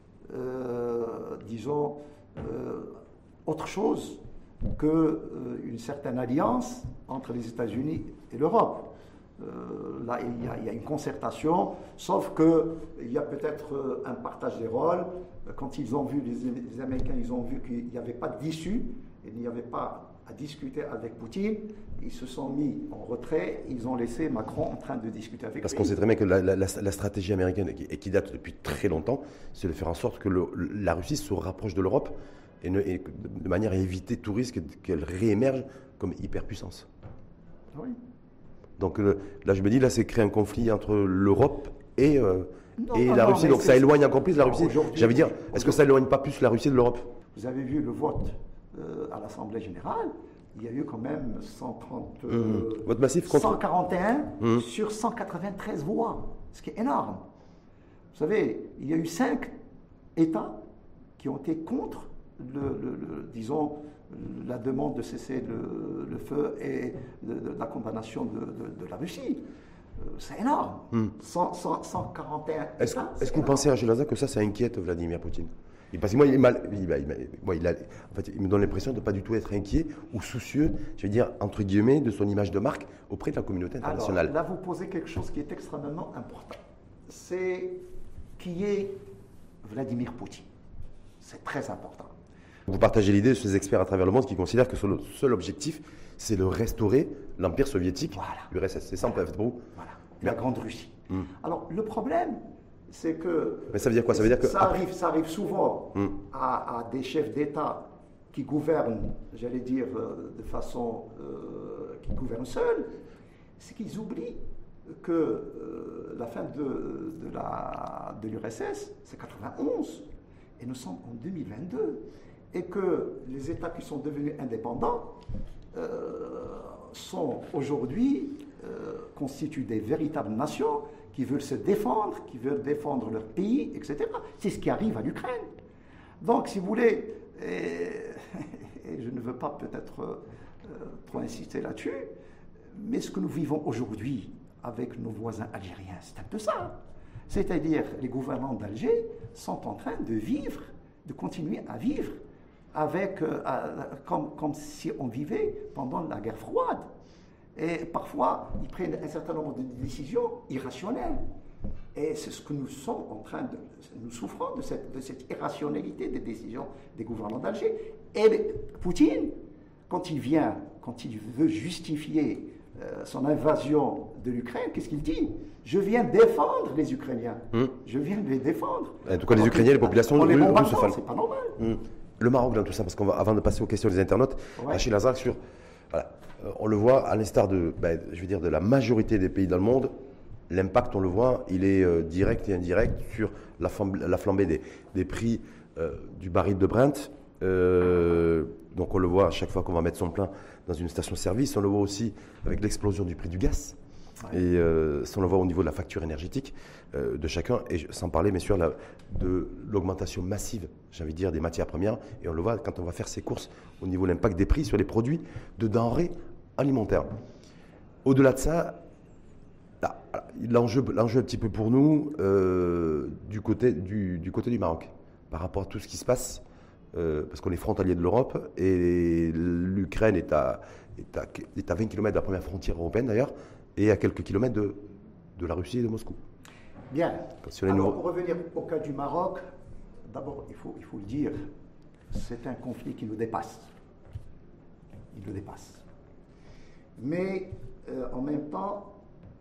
disons, autre chose qu'une certaine alliance entre les États-Unis et l'Europe. Là, il y a une concertation, sauf qu'il y a peut-être un partage des rôles. Quand ils ont vu, les Américains, ils ont vu qu'il n'y avait pas d'issue, il n'y avait pas à discuter avec Poutine, ils se sont mis en retrait, ils ont laissé Macron en train de discuter avec lui. Parce qu'on sait très bien que la stratégie américaine, et qui date depuis très longtemps, c'est de faire en sorte que la Russie se rapproche de l'Europe, et de manière à éviter tout risque qu'elle réémerge comme hyperpuissance. Oui. Donc là, je me dis, là, c'est créer un conflit entre l'Europe et la Russie. Donc ça éloigne encore plus la Russie. J'allais dire, est-ce que ça éloigne pas plus la Russie de l'Europe? Vous avez vu le vote à l'Assemblée générale, il y a eu quand même 130, vote massif contre 141 sur 193 voix, ce qui est énorme. Vous savez, il y a eu 5 États qui ont été contre disons, la demande de cesser le feu et de la condamnation de la Russie. C'est énorme. 141 États. Est-ce que vous pensez, Angel Lazare, que ça inquiète Vladimir Poutine? Parce que moi, il me donne l'impression de ne pas du tout être inquiet ou soucieux, je veux dire, entre guillemets, de son image de marque auprès de la communauté internationale. Alors, là, vous posez quelque chose qui est extrêmement important. C'est qui est Vladimir Poutine. C'est très important. Vous partagez l'idée de ces experts à travers le monde qui considèrent que son seul objectif, c'est de restaurer l'Empire soviétique, l'URSS. C'est ça, en fait, pour vous? Voilà, la Grande Russie. Alors, le problème, c'est que... Mais ça veut dire quoi? Ça veut dire que... Ça arrive souvent à des chefs d'État qui gouvernent, j'allais dire, de façon... qui gouvernent seuls, c'est qu'ils oublient que la fin de l'URSS, c'est 91, et nous sommes en 2022. Et que les États qui sont devenus indépendants sont aujourd'hui, constituent des véritables nations qui veulent se défendre, qui veulent défendre leur pays, etc. C'est ce qui arrive à l'Ukraine. Donc, si vous voulez, et je ne veux pas peut-être trop insister là-dessus, mais ce que nous vivons aujourd'hui avec nos voisins algériens, c'est un peu ça. C'est-à-dire, les gouvernants d'Alger sont en train de continuer à vivre comme si on vivait pendant la guerre froide. Et parfois, ils prennent un certain nombre de décisions irrationnelles. Et c'est ce que nous sommes en train de... Nous souffrons de cette irrationalité des décisions des gouvernements d'Alger. Et Poutine, quand il veut justifier son invasion de l'Ukraine, qu'est-ce qu'il dit? Je viens défendre les Ukrainiens. Je viens les défendre. En tout cas, les Ukrainiens, les populations russes. C'est pas normal. Le Maroc dans tout ça, parce qu'avant de passer aux questions des internautes, Rachid Lazrak, on le voit, à l'instar de la majorité des pays dans le monde, l'impact, on le voit, il est direct et indirect sur la flambée des prix du baril de Brent. Donc on le voit à chaque fois qu'on va mettre son plein dans une station-service. On le voit aussi avec l'explosion du prix du gaz. Et ça, on le voit au niveau de la facture énergétique de chacun. Et sans parler, bien sûr, de l'augmentation massive, j'ai envie de dire, des matières premières. Et on le voit quand on va faire ses courses au niveau de l'impact des prix sur les produits de denrées alimentaires. Au-delà de ça, l'enjeu un petit peu pour nous du côté du Maroc, par rapport à tout ce qui se passe, parce qu'on est frontalier de l'Europe et l'Ukraine est à 20 km de la première frontière européenne d'ailleurs, et à quelques kilomètres de la Russie et de Moscou. Bien. Alors, pour revenir au cas du Maroc, d'abord, il faut le dire, c'est un conflit qui nous dépasse. Il nous dépasse. Mais en même temps,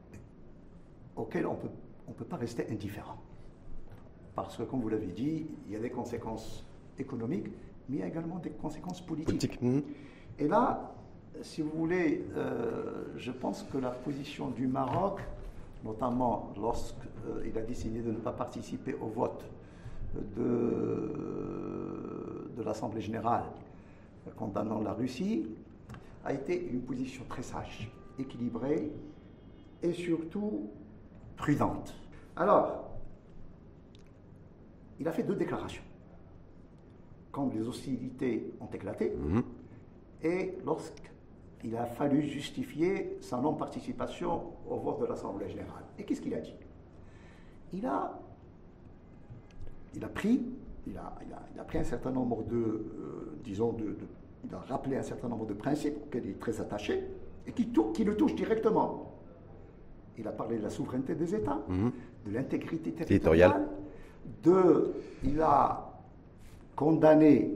auquel on ne peut pas rester indifférent. Parce que, comme vous l'avez dit, il y a des conséquences économiques, mais il y a également des conséquences politiques. Et là, si vous voulez, je pense que la position du Maroc, notamment lorsqu'il a décidé de ne pas participer au vote de l'Assemblée générale condamnant la Russie, a été une position très sage, équilibrée et surtout prudente. Alors, il a fait 2 déclarations. Quand les hostilités ont éclaté et lorsqu'il a fallu justifier sa non-participation au vote de l'Assemblée générale. Et qu'est-ce qu'il a dit? Il a pris un certain nombre il a rappelé un certain nombre de principes auxquels il est très attaché et qui le touchent directement. Il a parlé de la souveraineté des États, de l'intégrité territoriale, il a condamné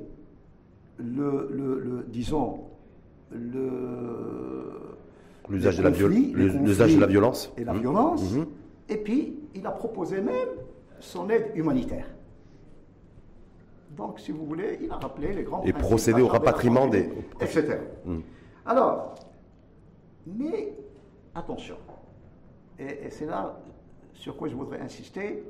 l'usage de la violence. Et la violence. Et puis, il a proposé même son aide humanitaire. Donc, si vous voulez, il a rappelé les grands principes. Et procéder au rapatriement des... etc. Alors, mais attention, et c'est là sur quoi je voudrais insister,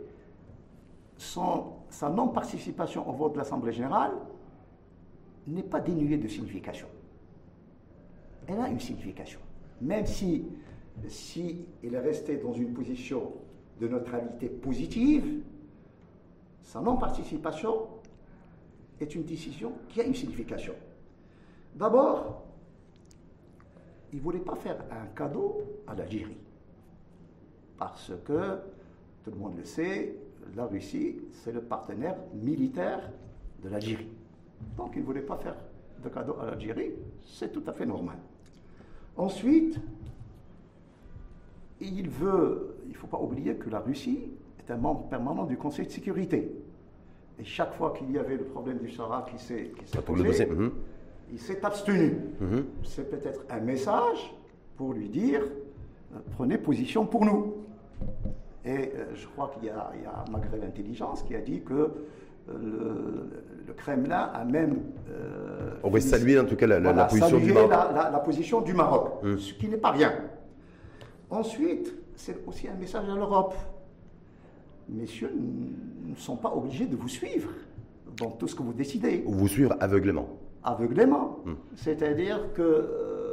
sa non-participation au vote de l'Assemblée générale n'est pas dénuée de signification. Elle a une signification. Même si il est resté dans une position de neutralité positive, sa non-participation est une décision qui a une signification. D'abord, il ne voulait pas faire un cadeau à l'Algérie. Parce que, tout le monde le sait, la Russie, c'est le partenaire militaire de l'Algérie. Donc, il ne voulait pas faire de cadeau à l'Algérie, c'est tout à fait normal. Ensuite, il ne faut pas oublier que la Russie est un membre permanent du Conseil de sécurité. Et chaque fois qu'il y avait le problème du Sahara qui s'est posé, il s'est abstenu. C'est peut-être un message pour lui dire prenez position pour nous. Et je crois qu'il y a malgré l'intelligence qui a dit que le Kremlin a même... on va saluer en tout cas la position du Maroc. La position du Maroc, ce qui n'est pas rien. Ensuite, c'est aussi un message à l'Europe. Messieurs ne sont pas obligés de vous suivre dans tout ce que vous décidez. Ou vous suivre aveuglément. Aveuglément. C'est-à-dire que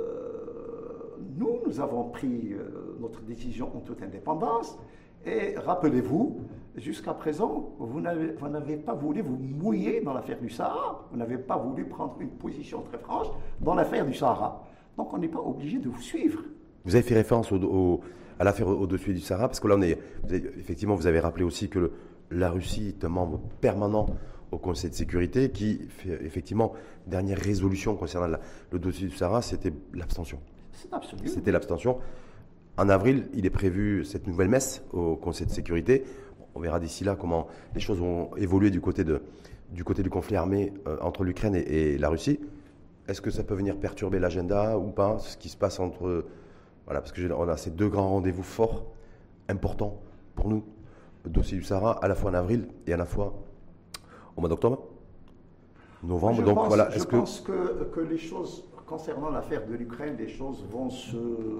nous avons pris notre décision en toute indépendance. Et rappelez-vous, jusqu'à présent, vous n'avez pas voulu vous mouiller dans l'affaire du Sahara. Vous n'avez pas voulu prendre une position très franche dans l'affaire du Sahara. Donc on n'est pas obligé de vous suivre. Vous avez fait référence à l'affaire au-dessus du Sahara, parce que là, effectivement, vous avez rappelé aussi que la Russie est un membre permanent au Conseil de sécurité qui fait effectivement, dernière résolution concernant le dossier du Sahara, c'était l'abstention. C'est absolu. C'était l'abstention. En avril, il est prévu cette nouvelle messe au Conseil de sécurité. On verra d'ici là comment les choses vont évoluer du côté du conflit armé entre l'Ukraine et la Russie. Est-ce que ça peut venir perturber l'agenda ou pas, ce qui se passe entre... Voilà, parce qu'on a ces deux grands rendez-vous forts, importants pour nous, le dossier du Sahara, à la fois en avril et à la fois au mois d'octobre, novembre. Je Donc pense, voilà, je pense que les choses, concernant l'affaire de l'Ukraine, les choses vont se...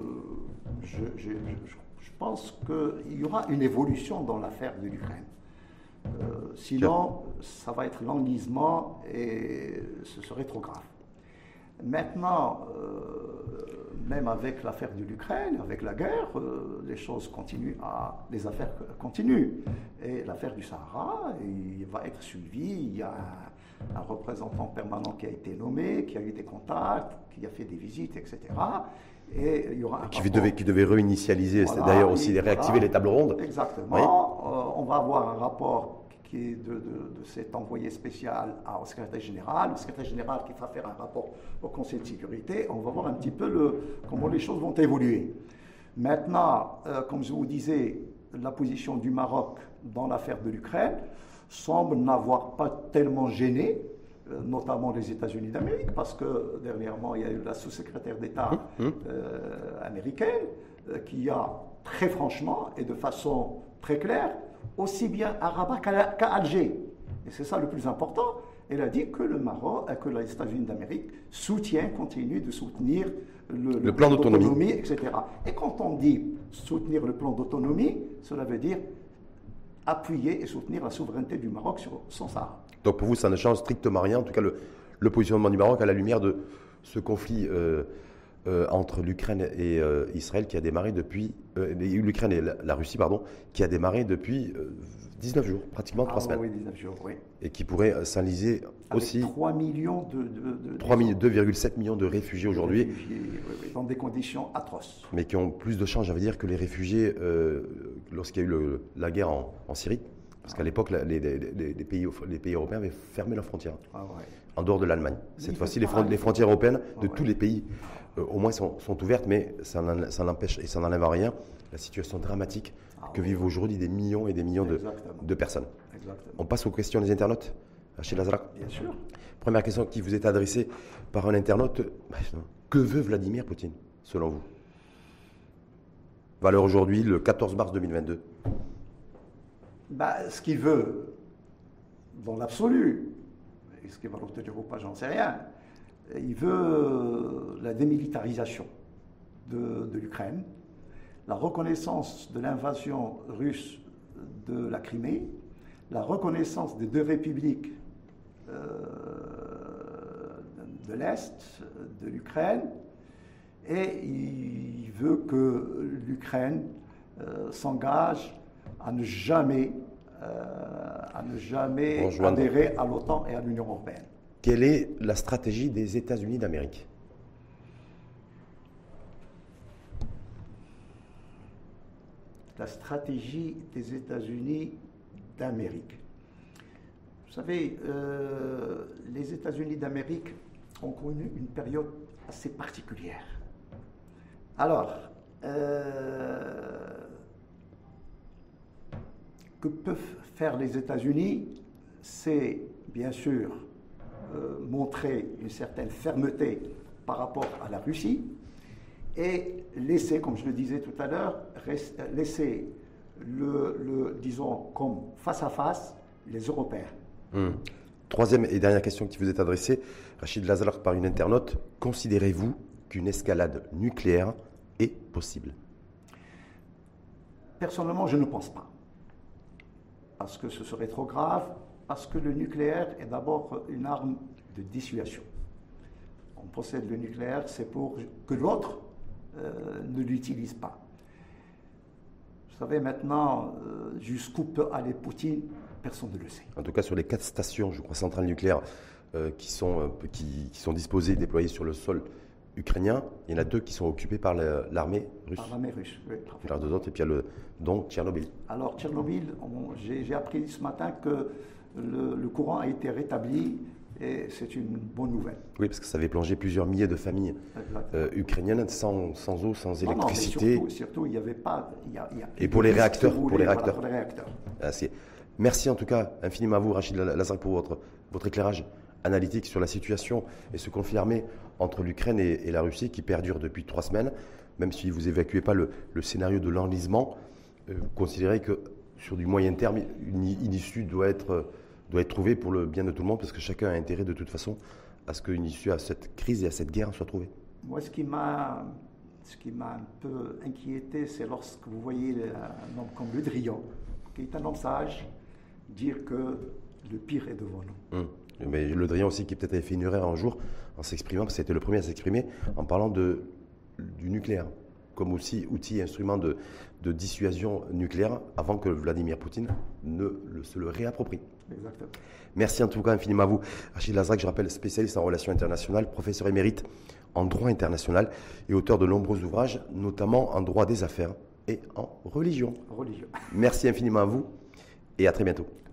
Je pense qu'il y aura une évolution dans l'affaire de l'Ukraine. Sinon, ça va être l'enlisement et ce serait trop grave. Maintenant, même avec l'affaire de l'Ukraine, avec la guerre, les choses continuent les affaires continuent. Et l'affaire du Sahara, il va être suivi. Il y a un représentant permanent qui a été nommé, qui a eu des contacts, qui a fait des visites, etc. Et il y aura un qui devait réinitialiser, voilà, d'ailleurs aussi réactiver les tables rondes. Exactement. Oui. On va avoir un rapport qui est de cet envoyé spécial au secrétaire général. Le secrétaire général qui va faire un rapport au Conseil de sécurité. On va voir un petit peu comment les choses vont évoluer. Maintenant, comme je vous disais, la position du Maroc dans l'affaire de l'Ukraine semble n'avoir pas tellement gêné, notamment les États-Unis d'Amérique, parce que dernièrement, il y a eu la sous-secrétaire d'État américaine qui a très franchement et de façon très claire, aussi bien à Rabat qu'à Alger, et c'est ça le plus important, elle a dit que le Maroc, que les États-Unis d'Amérique continuent de soutenir le plan d'autonomie, etc. Et quand on dit soutenir le plan d'autonomie, cela veut dire appuyer et soutenir la souveraineté du Maroc sur son Sahara. Donc pour vous, ça ne change strictement rien, en tout cas le positionnement du Maroc à la lumière de ce conflit entre l'Ukraine et Israël qui a démarré depuis... l'Ukraine et la Russie, pardon, qui a démarré depuis 19 jours, pratiquement 3 semaines. Oui, 19 jours, oui. Et qui pourrait s'enliser aussi... 3 millions 2,7 millions de réfugiés aujourd'hui. Oui, dans des conditions atroces. Mais qui ont plus de chance, j'allais dire, que les réfugiés lorsqu'il y a eu la guerre en Syrie. Parce qu'à l'époque, les pays européens avaient fermé leurs frontières, en dehors de l'Allemagne. Cette fois-ci, les frontières européennes de tous les pays, au moins, sont ouvertes, mais ça n'empêche et ça n'enlève à rien la situation dramatique que vivent aujourd'hui des millions et des millions de personnes. Exactement. On passe aux questions des internautes. Rachid Lazrak. Bien sûr. Première question qui vous est adressée par un internaute. Que veut Vladimir Poutine, selon vous? Valeur aujourd'hui, le 14 mars 2022. Ce qu'il veut, dans l'absolu, est-ce qu'il va l'obtenir ou pas, j'en sais rien, il veut la démilitarisation de l'Ukraine, la reconnaissance de l'invasion russe de la Crimée, la reconnaissance des deux républiques de l'Est de l'Ukraine, et il veut que l'Ukraine s'engage à ne jamais adhérer à l'OTAN et à l'Union européenne. Quelle est la stratégie des États-Unis d'Amérique? La stratégie des États-Unis d'Amérique. Vous savez, les États-Unis d'Amérique ont connu une période assez particulière. Alors, que peuvent faire les États-Unis, c'est bien sûr montrer une certaine fermeté par rapport à la Russie et laisser, comme je le disais tout à l'heure, laisser disons, comme face à face, les Européens. Troisième et dernière question qui vous est adressée, Rachid Lazrak, par une internaute. Considérez-vous qu'une escalade nucléaire est possible? Personnellement, je ne pense pas. Parce que ce serait trop grave, parce que le nucléaire est d'abord une arme de dissuasion. On possède le nucléaire, c'est pour que l'autre ne l'utilise pas. Vous savez maintenant, jusqu'où peut aller Poutine, personne ne le sait. En tout cas, sur les 4 stations, je crois, centrales nucléaires qui sont disposées, déployées sur le sol ukrainien, il y en a 2 qui sont occupées par l'armée russe. Par l'armée russe, oui. Et puis il y a donc Tchernobyl. Alors Tchernobyl, j'ai appris ce matin que le courant a été rétabli et c'est une bonne nouvelle. Oui, parce que ça avait plongé plusieurs milliers de familles ukrainiennes sans eau, sans électricité. Non, mais surtout, il n'y avait pas... Et pour les réacteurs, pour les réacteurs. Merci en tout cas infiniment à vous, Rachid Lazrak, pour votre éclairage analytique sur la situation et ce conflit armé entre l'Ukraine et la Russie qui perdure depuis 3 semaines. Même si vous n'évacuez pas le scénario de l'enlisement, vous considérez que sur du moyen terme, une issue doit être trouvée pour le bien de tout le monde, parce que chacun a intérêt de toute façon à ce qu'une issue à cette crise et à cette guerre soit trouvée. Moi, ce qui m'a un peu inquiété, c'est lorsque vous voyez un homme comme Le Drian, qui est un homme sage, dire que le pire est devant nous. Mais Le Drian aussi, qui peut-être avait fait une erreur un jour en s'exprimant, parce que c'était le premier à s'exprimer, en parlant du nucléaire, comme aussi outil et instrument de dissuasion nucléaire, avant que Vladimir Poutine se le réapproprie. Exactement. Merci en tout cas infiniment à vous. Rachid Lazrak, je rappelle, spécialiste en relations internationales, professeur émérite en droit international et auteur de nombreux ouvrages, notamment en droit des affaires et en religion. Merci infiniment à vous et à très bientôt.